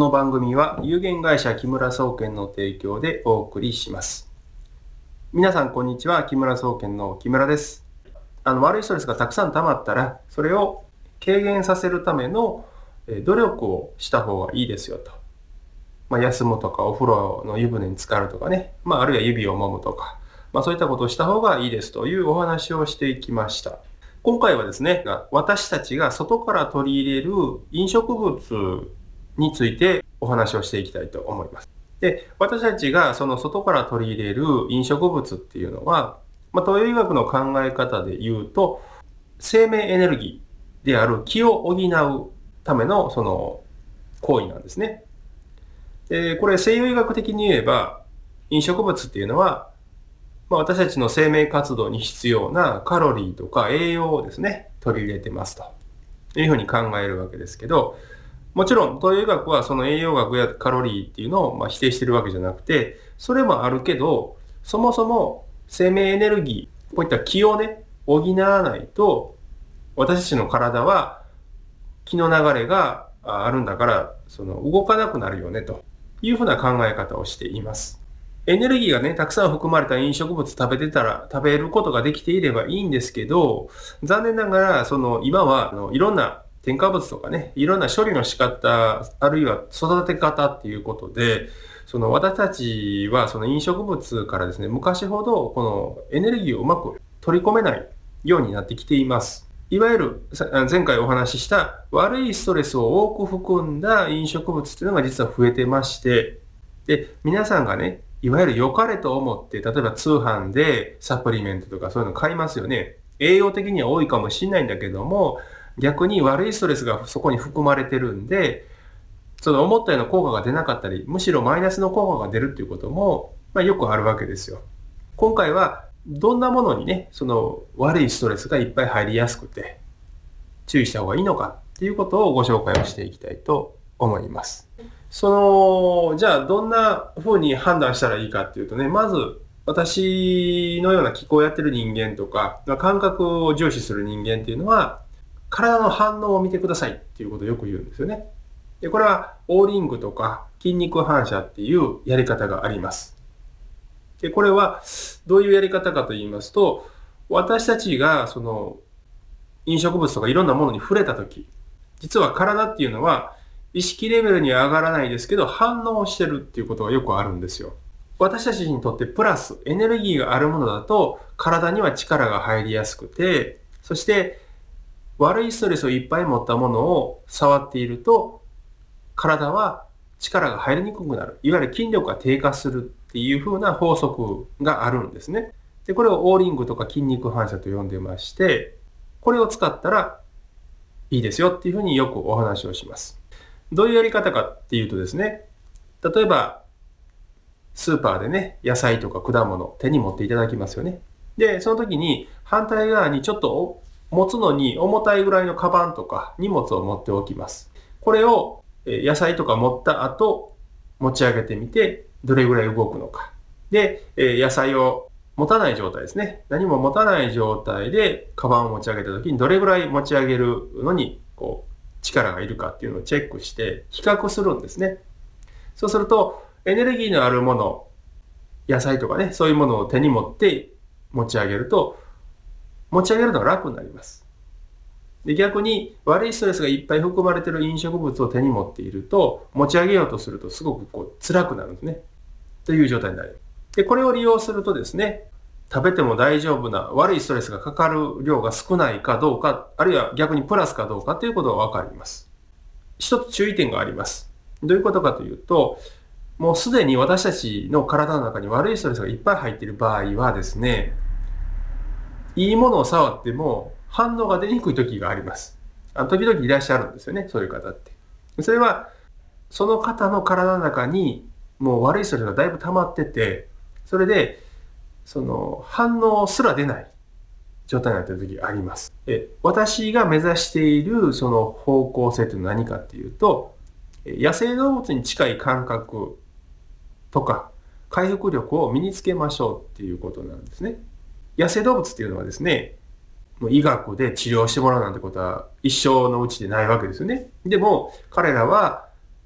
の番組は有限会社木村総研の提供でお送りします。皆さんこんにちは。木村総研の木村です。悪いストレスがたくさん溜まったら、それを軽減させるための努力をした方がいいですよと。休むとかお風呂の湯船に浸かるとかね、あるいは指を揉むとか、そういったことをした方がいいですというお話をしていきました。今回はですね、私たちが外から取り入れる飲食物についてお話をしていきたいと思います。で、私たちがその外から取り入れる飲食物っていうのは、東洋医学の考え方で言うと、生命エネルギーである気を補うためのその行為なんですね。これ西洋医学的に言えば、飲食物っていうのは、私たちの生命活動に必要なカロリーとか栄養をですね、取り入れてますというふうに考えるわけですけど、もちろん東洋医学はその栄養学やカロリーっていうのを否定してるわけじゃなくて、それもあるけど、そもそも生命エネルギー、こういった気をね、補わないと、私たちの体は気の流れがあるんだから、動かなくなるよねというふうな考え方をしています。エネルギーがね、たくさん含まれた飲食物食べてたら、食べることができていればいいんですけど、残念ながら、今はいろんな添加物とかね、いろんな処理の仕方、あるいは育て方っていうことで、私たちはその飲食物からですね、昔ほどこのエネルギーをうまく取り込めないようになってきています。いわゆる前回お話しした悪いストレスを多く含んだ飲食物っていうのが実は増えてまして、で、皆さんがね、いわゆる良かれと思って、例えば通販でサプリメントとかそういうの買いますよね。栄養的には多いかもしれないんだけども、逆に悪いストレスがそこに含まれてるんで、その思ったような効果が出なかったり、むしろマイナスの効果が出るっていうことも、よくあるわけですよ。今回は、どんなものにね、その悪いストレスがいっぱい入りやすくて、注意した方がいいのかっていうことをご紹介をしていきたいと思います。じゃあどんな風に判断したらいいかっていうとね、まず私のような気候をやってる人間とか、感覚を重視する人間っていうのは、体の反応を見てくださいっていうことをよく言うんですよね。で、これはオーリングとか筋肉反射っていうやり方があります。で、これはどういうやり方かと言いますと、私たちがその飲食物とかいろんなものに触れたとき、実は体っていうのは意識レベルには上がらないですけど、反応してるっていうことがよくあるんですよ。私たちにとってプラス、エネルギーがあるものだと、体には力が入りやすくて、そして悪いストレスをいっぱい持ったものを触っていると、体は力が入りにくくなる。いわゆる筋力が低下するっていう風な法則があるんですね。で、これをオーリングとか筋肉反射と呼んでまして、これを使ったらいいですよっていうふうによくお話をします。どういうやり方かっていうとですね、例えばスーパーでね、野菜とか果物手に持っていただきますよね。で、その時に反対側にちょっと持つのに重たいぐらいのカバンとか荷物を持っておきます。これを野菜とか持った後持ち上げてみてどれぐらい動くのか。で、野菜を持たない状態ですね。何も持たない状態でカバンを持ち上げた時にどれぐらい持ち上げるのに力がいるかっていうのをチェックして比較するんですね。そうするとエネルギーのあるもの、野菜とかね、そういうものを手に持って持ち上げると、持ち上げるのが楽になります。で、逆に悪いストレスがいっぱい含まれている飲食物を手に持っていると、持ち上げようとするとすごく辛くなるんですね。という状態になる。で、これを利用するとですね、食べても大丈夫な悪いストレスがかかる量が少ないかどうか、あるいは逆にプラスかどうかということがわかります。一つ注意点があります。どういうことかというと、もうすでに私たちの体の中に悪いストレスがいっぱい入っている場合はですね、いいものを触っても反応が出にくい時があります。時々いらっしゃるんですよね、そういう方って。それは、その方の体の中にもう悪いストレスがだいぶ溜まってて、それで、反応すら出ない状態になっている時があります。私が目指しているその方向性というのは何かっていうと、野生動物に近い感覚とか回復力を身につけましょうっていうことなんですね。野生動物っていうのはですね、もう医学で治療してもらうなんてことは一生のうちでないわけですよね。でも彼らは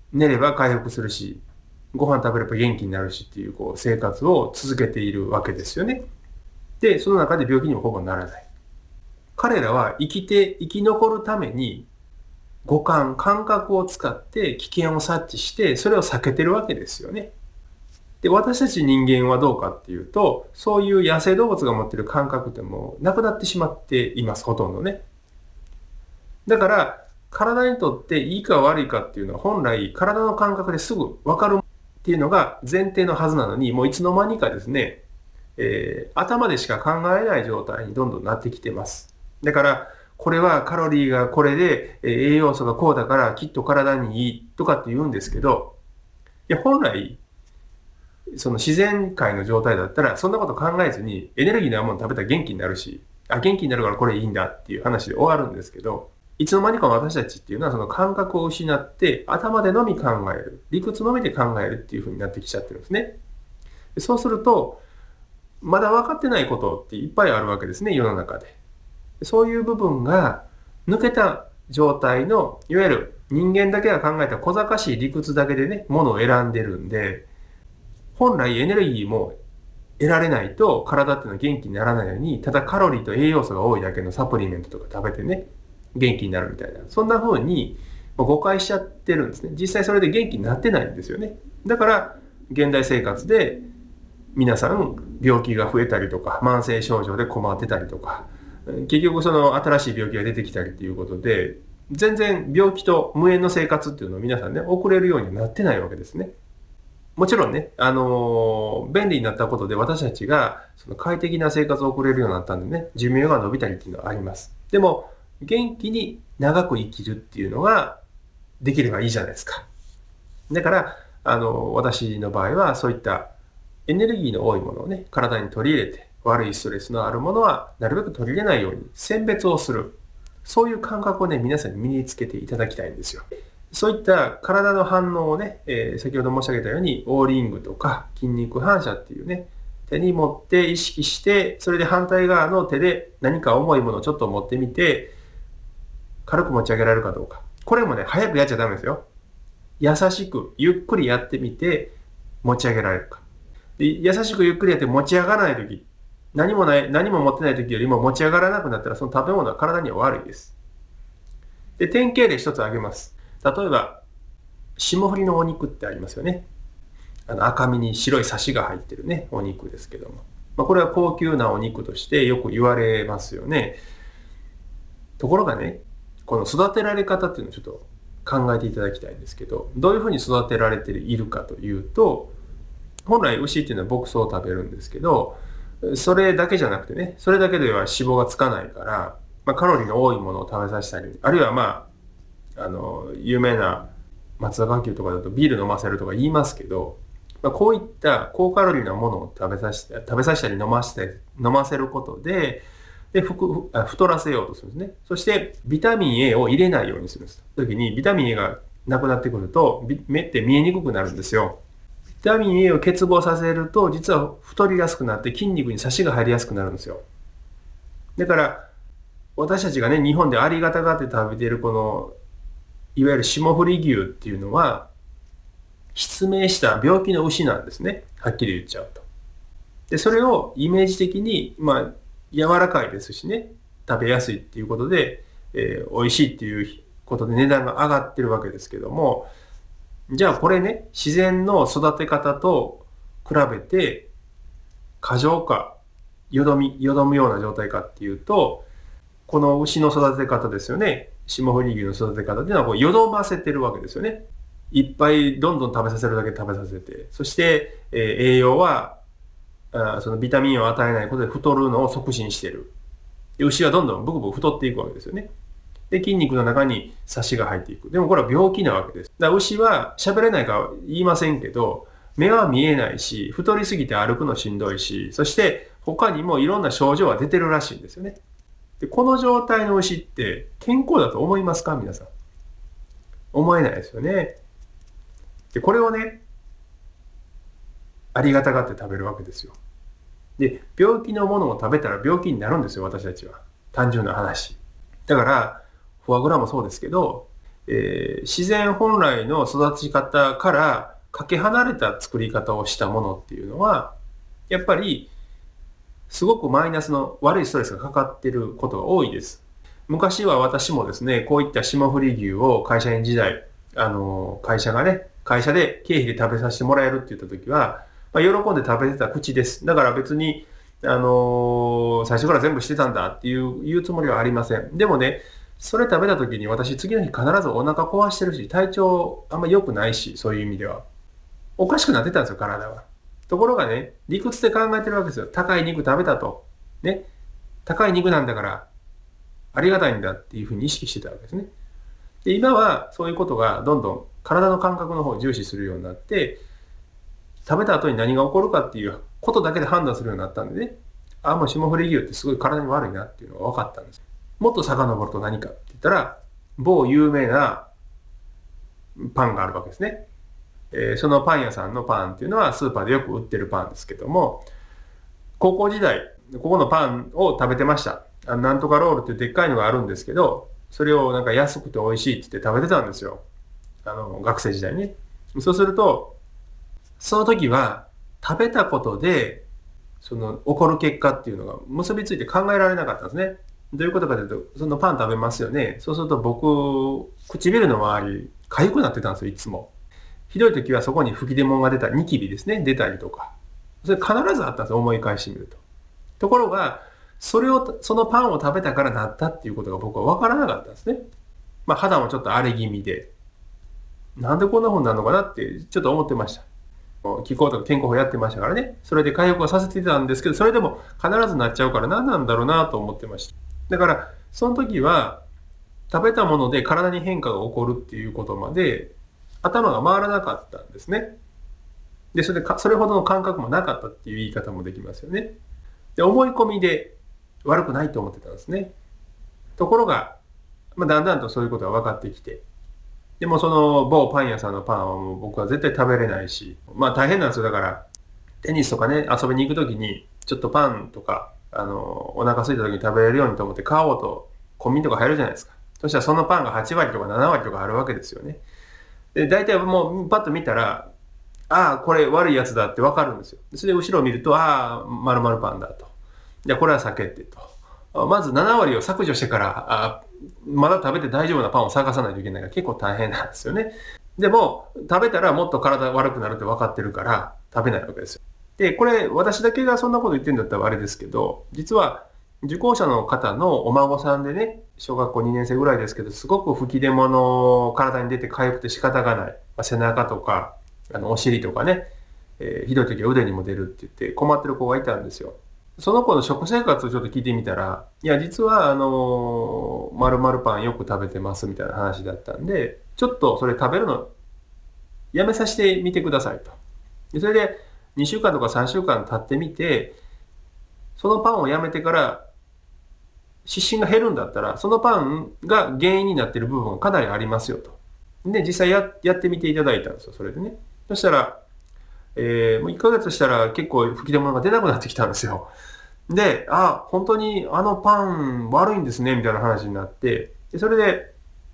寝れば回復するし、ご飯食べれば元気になるしっていう生活を続けているわけですよね。で、その中で病気にもほぼならない。彼らは生き残るために五感、感覚を使って危険を察知して、それを避けてるわけですよね。で、私たち人間はどうかっていうと、そういう野生動物が持っている感覚ってもうなくなってしまっています、ほとんどね。だから、体にとっていいか悪いかっていうのは本来体の感覚ですぐ分かるっていうのが前提のはずなのに、もういつの間にかですね、頭でしか考えない状態にどんどんなってきてます。だから、これはカロリーがこれで、栄養素がこうだからきっと体にいいとかって言うんですけど、いや本来、その自然界の状態だったらそんなこと考えずにエネルギーのあるもの食べたら元気になるし、元気になるからこれいいんだっていう話で終わるんですけど、いつの間にか私たちっていうのはその感覚を失って頭でのみ考える、理屈のみで考えるっていう風になってきちゃってるんですね。そうすると、まだ分かってないことっていっぱいあるわけですね、世の中で。そういう部分が抜けた状態の、いわゆる人間だけが考えた小賢しい理屈だけでね、ものを選んでるんで、本来エネルギーも得られないと体っていうのは元気にならないのに、ただカロリーと栄養素が多いだけのサプリメントとか食べてね、元気になるみたいな。そんな風に誤解しちゃってるんですね。実際それで元気になってないんですよね。だから、現代生活で皆さん病気が増えたりとか、慢性症状で困ってたりとか、結局その新しい病気が出てきたりということで、全然病気と無縁の生活っていうのを皆さんね、送れるようになってないわけですね。もちろんね、便利になったことで私たちがその快適な生活を送れるようになったんでね、寿命が伸びたりっていうのはあります。でも、元気に長く生きるっていうのができればいいじゃないですか。だから、私の場合はそういったエネルギーの多いものをね、体に取り入れて、悪いストレスのあるものはなるべく取り入れないように選別をする。そういう感覚をね、皆さんに身につけていただきたいんですよ。そういった体の反応をね、先ほど申し上げたように、オーリングとか筋肉反射っていうね、手に持って意識して、それで反対側の手で何か重いものをちょっと持ってみて、軽く持ち上げられるかどうか。これもね、早くやっちゃダメですよ。優しく、ゆっくりやってみて、持ち上げられるか。で優しくゆっくりやって持ち上がらないとき、何も持ってないときよりも持ち上がらなくなったら、その食べ物は体には悪いです。で、典型例一つ挙げます。例えば、霜降りのお肉ってありますよね。赤身に白いサシが入ってるね、お肉ですけども。これは高級なお肉としてよく言われますよね。ところがね、この育てられ方っていうのをちょっと考えていただきたいんですけど、どういうふうに育てられているかというと、本来牛っていうのは牧草を食べるんですけど、それだけじゃなくてね、それだけでは脂肪がつかないから、カロリーの多いものを食べさせたり、あるいは有名な松田眼球とかだとビール飲ませるとか言いますけど、こういった高カロリーなものを食べさせたり飲ませることで、太らせようとするんですね。そしてビタミン A を入れないようにするんです。時にビタミン A がなくなってくると目って見えにくくなるんですよ。ビタミン A を欠乏させると実は太りやすくなって筋肉にサシが入りやすくなるんですよ。だから私たちがね、日本でありがたがって食べているこのいわゆる霜降り牛っていうのは失明した病気の牛なんですね。はっきり言っちゃうと。で、それをイメージ的に、柔らかいですしね、食べやすいっていうことで、美味しいっていうことで値段が上がってるわけですけども、じゃあこれね、自然の育て方と比べて、過剰か、よどむような状態かっていうと、この牛の育て方ですよね。霜降り牛の育て方っていうのはこうよどませてるわけですよね。いっぱいどんどん食べさせるだけ食べさせて、そして、栄養はそのビタミンを与えないことで太るのを促進している。で牛はどんどんブクブク太っていくわけですよね。で、筋肉の中にサシが入っていく。でもこれは病気なわけです。だから牛は喋れないかは言いませんけど、目は見えないし、太りすぎて歩くのしんどいし、そして他にもいろんな症状が出てるらしいんですよね。で、この状態の牛って健康だと思いますか皆さん。思えないですよね。で、これをね、ありがたがって食べるわけですよ。で、病気のものを食べたら病気になるんですよ、私たちは。単純な話。だから、フォアグラもそうですけど、 自然本来の育ち方からかけ離れた作り方をしたものっていうのは、やっぱりすごくマイナスの悪いストレスがかかっていることが多いです。昔は私もですね、こういった霜降り牛を会社員時代、会社で経費で食べさせてもらえるって言った時は、喜んで食べてた口です。だから別に、最初から全部してたんだって言うつもりはありません。でもね、それ食べた時に私次の日必ずお腹壊してるし、体調あんま良くないし、そういう意味では。おかしくなってたんですよ、体は。ところがね、理屈で考えてるわけですよ。高い肉食べたと。ね。高い肉なんだから、ありがたいんだっていうふうに意識してたわけですね。で、今はそういうことがどんどん体の感覚の方を重視するようになって、食べた後に何が起こるかっていうことだけで判断するようになったんでね。もう霜降り牛ってすごい体に悪いなっていうのが分かったんです。もっと遡ると何かって言ったら、某有名なパンがあるわけですね。そのパン屋さんのパンっていうのはスーパーでよく売ってるパンですけども、高校時代、ここのパンを食べてました。なんとかロールっていうでっかいのがあるんですけど、それをなんか安くて美味しいって言って食べてたんですよ。学生時代に。そうすると、その時は食べたことで、その起こる結果っていうのが結びついて考えられなかったんですね。どういうことかというと、そのパン食べますよね。そうすると僕、唇の周り、痒くなってたんですよ、いつも。ひどい時はそこに吹き出物が出たり、ニキビですね、出たりとか。それ必ずあったんですよ、思い返してみると。ところが、そのパンを食べたからなったっていうことが僕は分からなかったんですね。肌もちょっと荒れ気味で、なんでこんな風になるのかなってちょっと思ってました。気候とか健康法やってましたからね。それで回復はさせてたんですけど、それでも必ずなっちゃうから何なんだろうなと思ってました。だから、その時は、食べたもので体に変化が起こるっていうことまで、頭が回らなかったんですね。で、それほどの感覚もなかったっていう言い方もできますよね。で、思い込みで悪くないと思ってたんですね。ところが、だんだんとそういうことが分かってきて、でもその某パン屋さんのパンはもう僕は絶対食べれないし、大変なんですよ。だから、テニスとかね、遊びに行くときに、ちょっとパンとか、お腹空いたときに食べれるようにと思って買おうと、コンビニとか入るじゃないですか。そしたらそのパンが8割とか7割とかあるわけですよね。で、大体もうパッと見たら、これ悪いやつだってわかるんですよ。それで後ろを見ると、〇〇パンだと。じゃあこれは避けてと。まず7割を削除してから、まだ食べて大丈夫なパンを探さないといけないから結構大変なんですよね。でも、食べたらもっと体悪くなるって分かってるから食べないわけですよ。で、これ私だけがそんなこと言ってるんだったらあれですけど、実は受講者の方のお孫さんでね、小学校2年生ぐらいですけど、すごく吹き出物体に出て痒くて仕方がない。背中とか、お尻とかね、ひどい時は腕にも出るって言って困ってる子がいたんですよ。その子の食生活をちょっと聞いてみたら、いや、実は、〇〇パンよく食べてますみたいな話だったんで、ちょっとそれ食べるのやめさせてみてくださいと。でそれで、2週間とか3週間経ってみて、そのパンをやめてから湿疹が減るんだったら、そのパンが原因になっている部分がかなりありますよと。で、実際やってみていただいたんですよ、それでね。そしたら、もう1ヶ月したら結構吹き出物が出なくなってきたんですよ。で、本当にあのパン悪いんですね、みたいな話になって、でそれで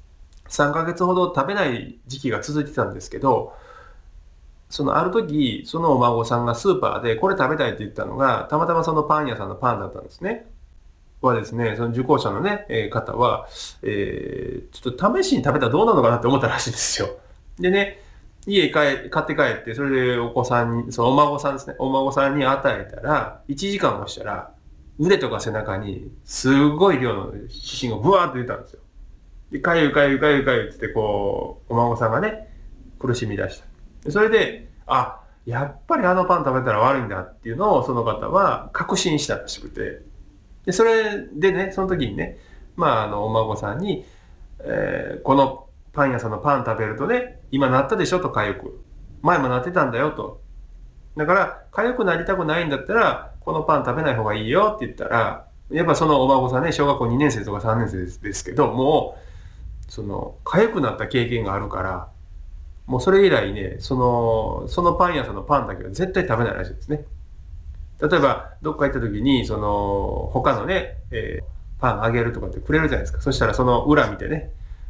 3ヶ月ほど食べない時期が続いてたんですけど、そのある時、そのお孫さんがスーパーでこれ食べたいって言ったのが、たまたまそのパン屋さんのパンだったんですね。はですね、その受講者のね、方は、ちょっと試しに食べたらどうなのかなって思ったらしいんですよ。でね、買って帰って、それでお子さんに、そのお孫さんですね、お孫さんに与えたら、1時間もしたら、腕とか背中にすごい量の湿疹がブワーって出たんですよ。で、かゆいかゆいかゆいかゆいってこう、お孫さんがね、苦しみ出した。でそれで、やっぱりあのパン食べたら悪いんだっていうのをその方は確信したらしくて、で、それでね、その時にね、お孫さんに、このパン屋さんのパン食べるとね、今なったでしょと痒く。前もなってたんだよと。だから、痒くなりたくないんだったら、このパン食べない方がいいよって言ったら、やっぱそのお孫さんね、小学校2年生とか3年生ですけど、もう、痒くなった経験があるから、もうそれ以来ね、そのパン屋さんのパンだけは絶対食べないらしいですね。例えば、どっか行った時に、他のね、パンあげるとかってくれるじゃないですか。そしたらその裏見てね、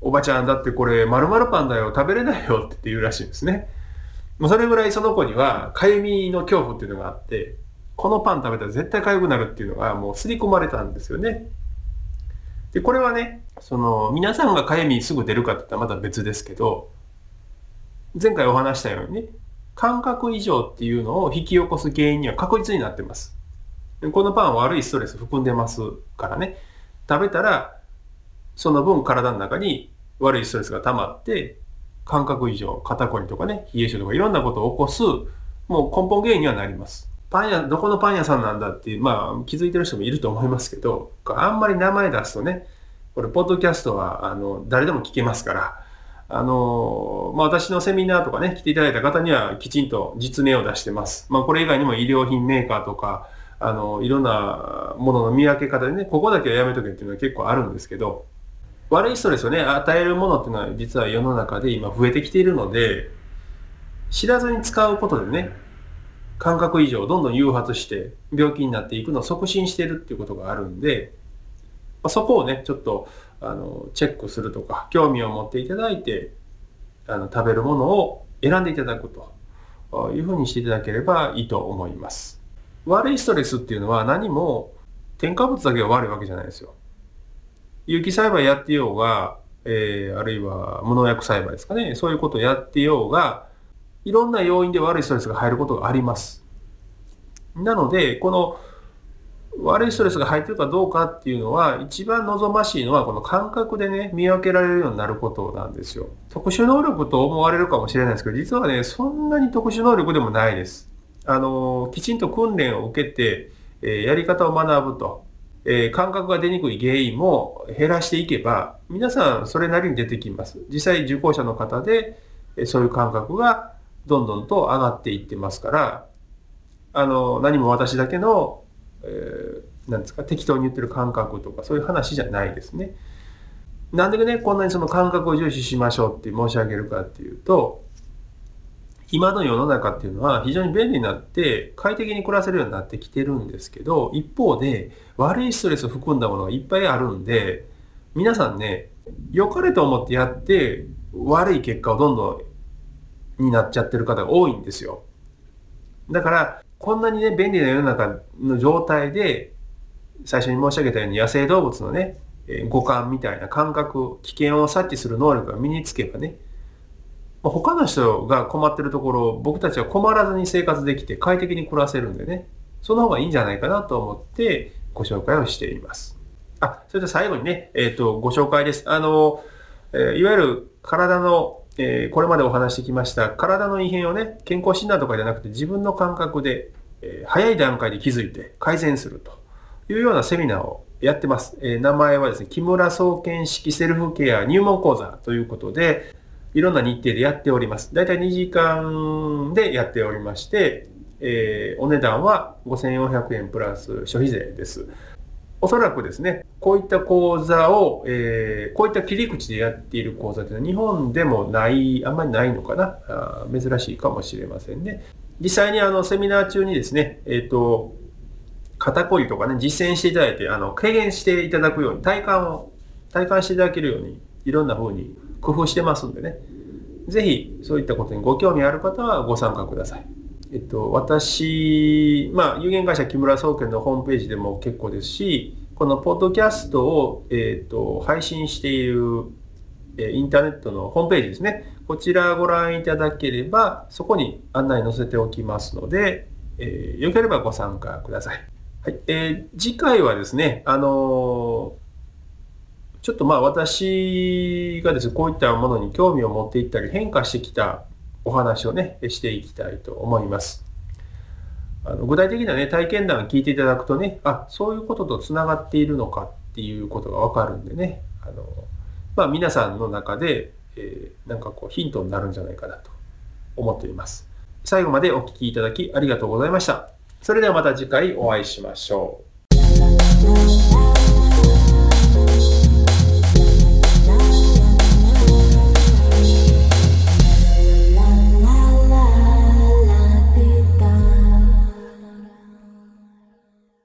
おばちゃんだってこれ〇〇パンだよ、食べれないよって言うらしいんですね。それぐらいその子にはかゆみの恐怖っていうのがあって、このパン食べたら絶対かゆくなるっていうのがもう刷り込まれたんですよね。で、これはね、皆さんがかゆみすぐ出るかって言ったらまた別ですけど、前回お話したようにね、感覚異常っていうのを引き起こす原因には確実になってます。このパンは悪いストレス含んでますからね、食べたらその分体の中に悪いストレスが溜まって、感覚異常、肩こりとかね、冷え性とかいろんなことを起こす、もう根本原因にはなります。パン屋、どこのパン屋さんなんだっていう、気づいてる人もいると思いますけど、あんまり名前出すとね、これ、ポッドキャストは、誰でも聞けますから、私のセミナーとかね、来ていただいた方にはきちんと実名を出してます。これ以外にも医療品メーカーとか、いろんなものの見分け方でね、ここだけはやめとけっていうのは結構あるんですけど、悪いストレスをね、与えるものっていうのは実は世の中で今増えてきているので、知らずに使うことでね、感覚異常をどんどん誘発して病気になっていくのを促進しているっていうことがあるんで、そこをね、ちょっとチェックするとか、興味を持っていただいて、食べるものを選んでいただくというふうにしていただければいいと思います。悪いストレスっていうのは何も添加物だけが悪いわけじゃないですよ。有機栽培やってようが、あるいは無農薬栽培ですかね、そういうことをやってようが、いろんな要因で悪いストレスが入ることがあります。なので、この悪いストレスが入っているかどうかっていうのは、一番望ましいのは、この感覚でね、見分けられるようになることなんですよ。特殊能力と思われるかもしれないですけど、実はね、そんなに特殊能力でもないです。きちんと訓練を受けて、やり方を学ぶと。感覚が出にくい原因も減らしていけば、皆さんそれなりに出てきます。実際受講者の方で、そういう感覚がどんどんと上がっていってますから、何も私だけの、なんですか、適当に言ってる感覚とかそういう話じゃないですね。なんでね、こんなにその感覚を重視しましょうって申し上げるかっていうと、今の世の中っていうのは非常に便利になって快適に暮らせるようになってきてるんですけど、一方で悪いストレスを含んだものがいっぱいあるんで、皆さんね、良かれと思ってやって悪い結果をどんどんになっちゃってる方が多いんですよ。だからこんなにね、便利な世の中の状態で、最初に申し上げたように野生動物のね、五感みたいな感覚、危険を察知する能力が身につけばね、他の人が困ってるところを僕たちは困らずに生活できて快適に暮らせるんでね、その方がいいんじゃないかなと思ってご紹介をしています。それで最後にね、ご紹介です。いわゆる体の、これまでお話してきました体の異変をね、健康診断とかじゃなくて自分の感覚で、早い段階で気づいて改善するというようなセミナーをやってます。名前はですね、木村総研式セルフケア入門講座ということで、いろんな日程でやっております。だいたい2時間でやっておりまして、お値段は5400円プラス消費税です。おそらくですね、こういった講座を、こういった切り口でやっている講座というのは日本でもない、あんまりないのかな、珍しいかもしれませんね。実際にセミナー中にですね、肩こりとかね、実践していただいて、軽減していただくように、体感していただけるように、いろんな風に工夫してますんでね。ぜひ、そういったことにご興味ある方はご参加ください。私、有限会社木村総研のホームページでも結構ですし、このポッドキャストを、配信している、インターネットのホームページですね。こちらご覧いただければ、そこに案内載せておきますので、よければご参加ください。はい、次回はですね、ちょっと私がですね、こういったものに興味を持っていったり変化してきたお話をね、していきたいと思います。具体的なね、体験談を聞いていただくとね、そういうこととつながっているのかっていうことがわかるんでね、皆さんの中で、なんかこうヒントになるんじゃないかなと思っています。最後までお聞きいただきありがとうございました。それではまた次回お会いしましょう。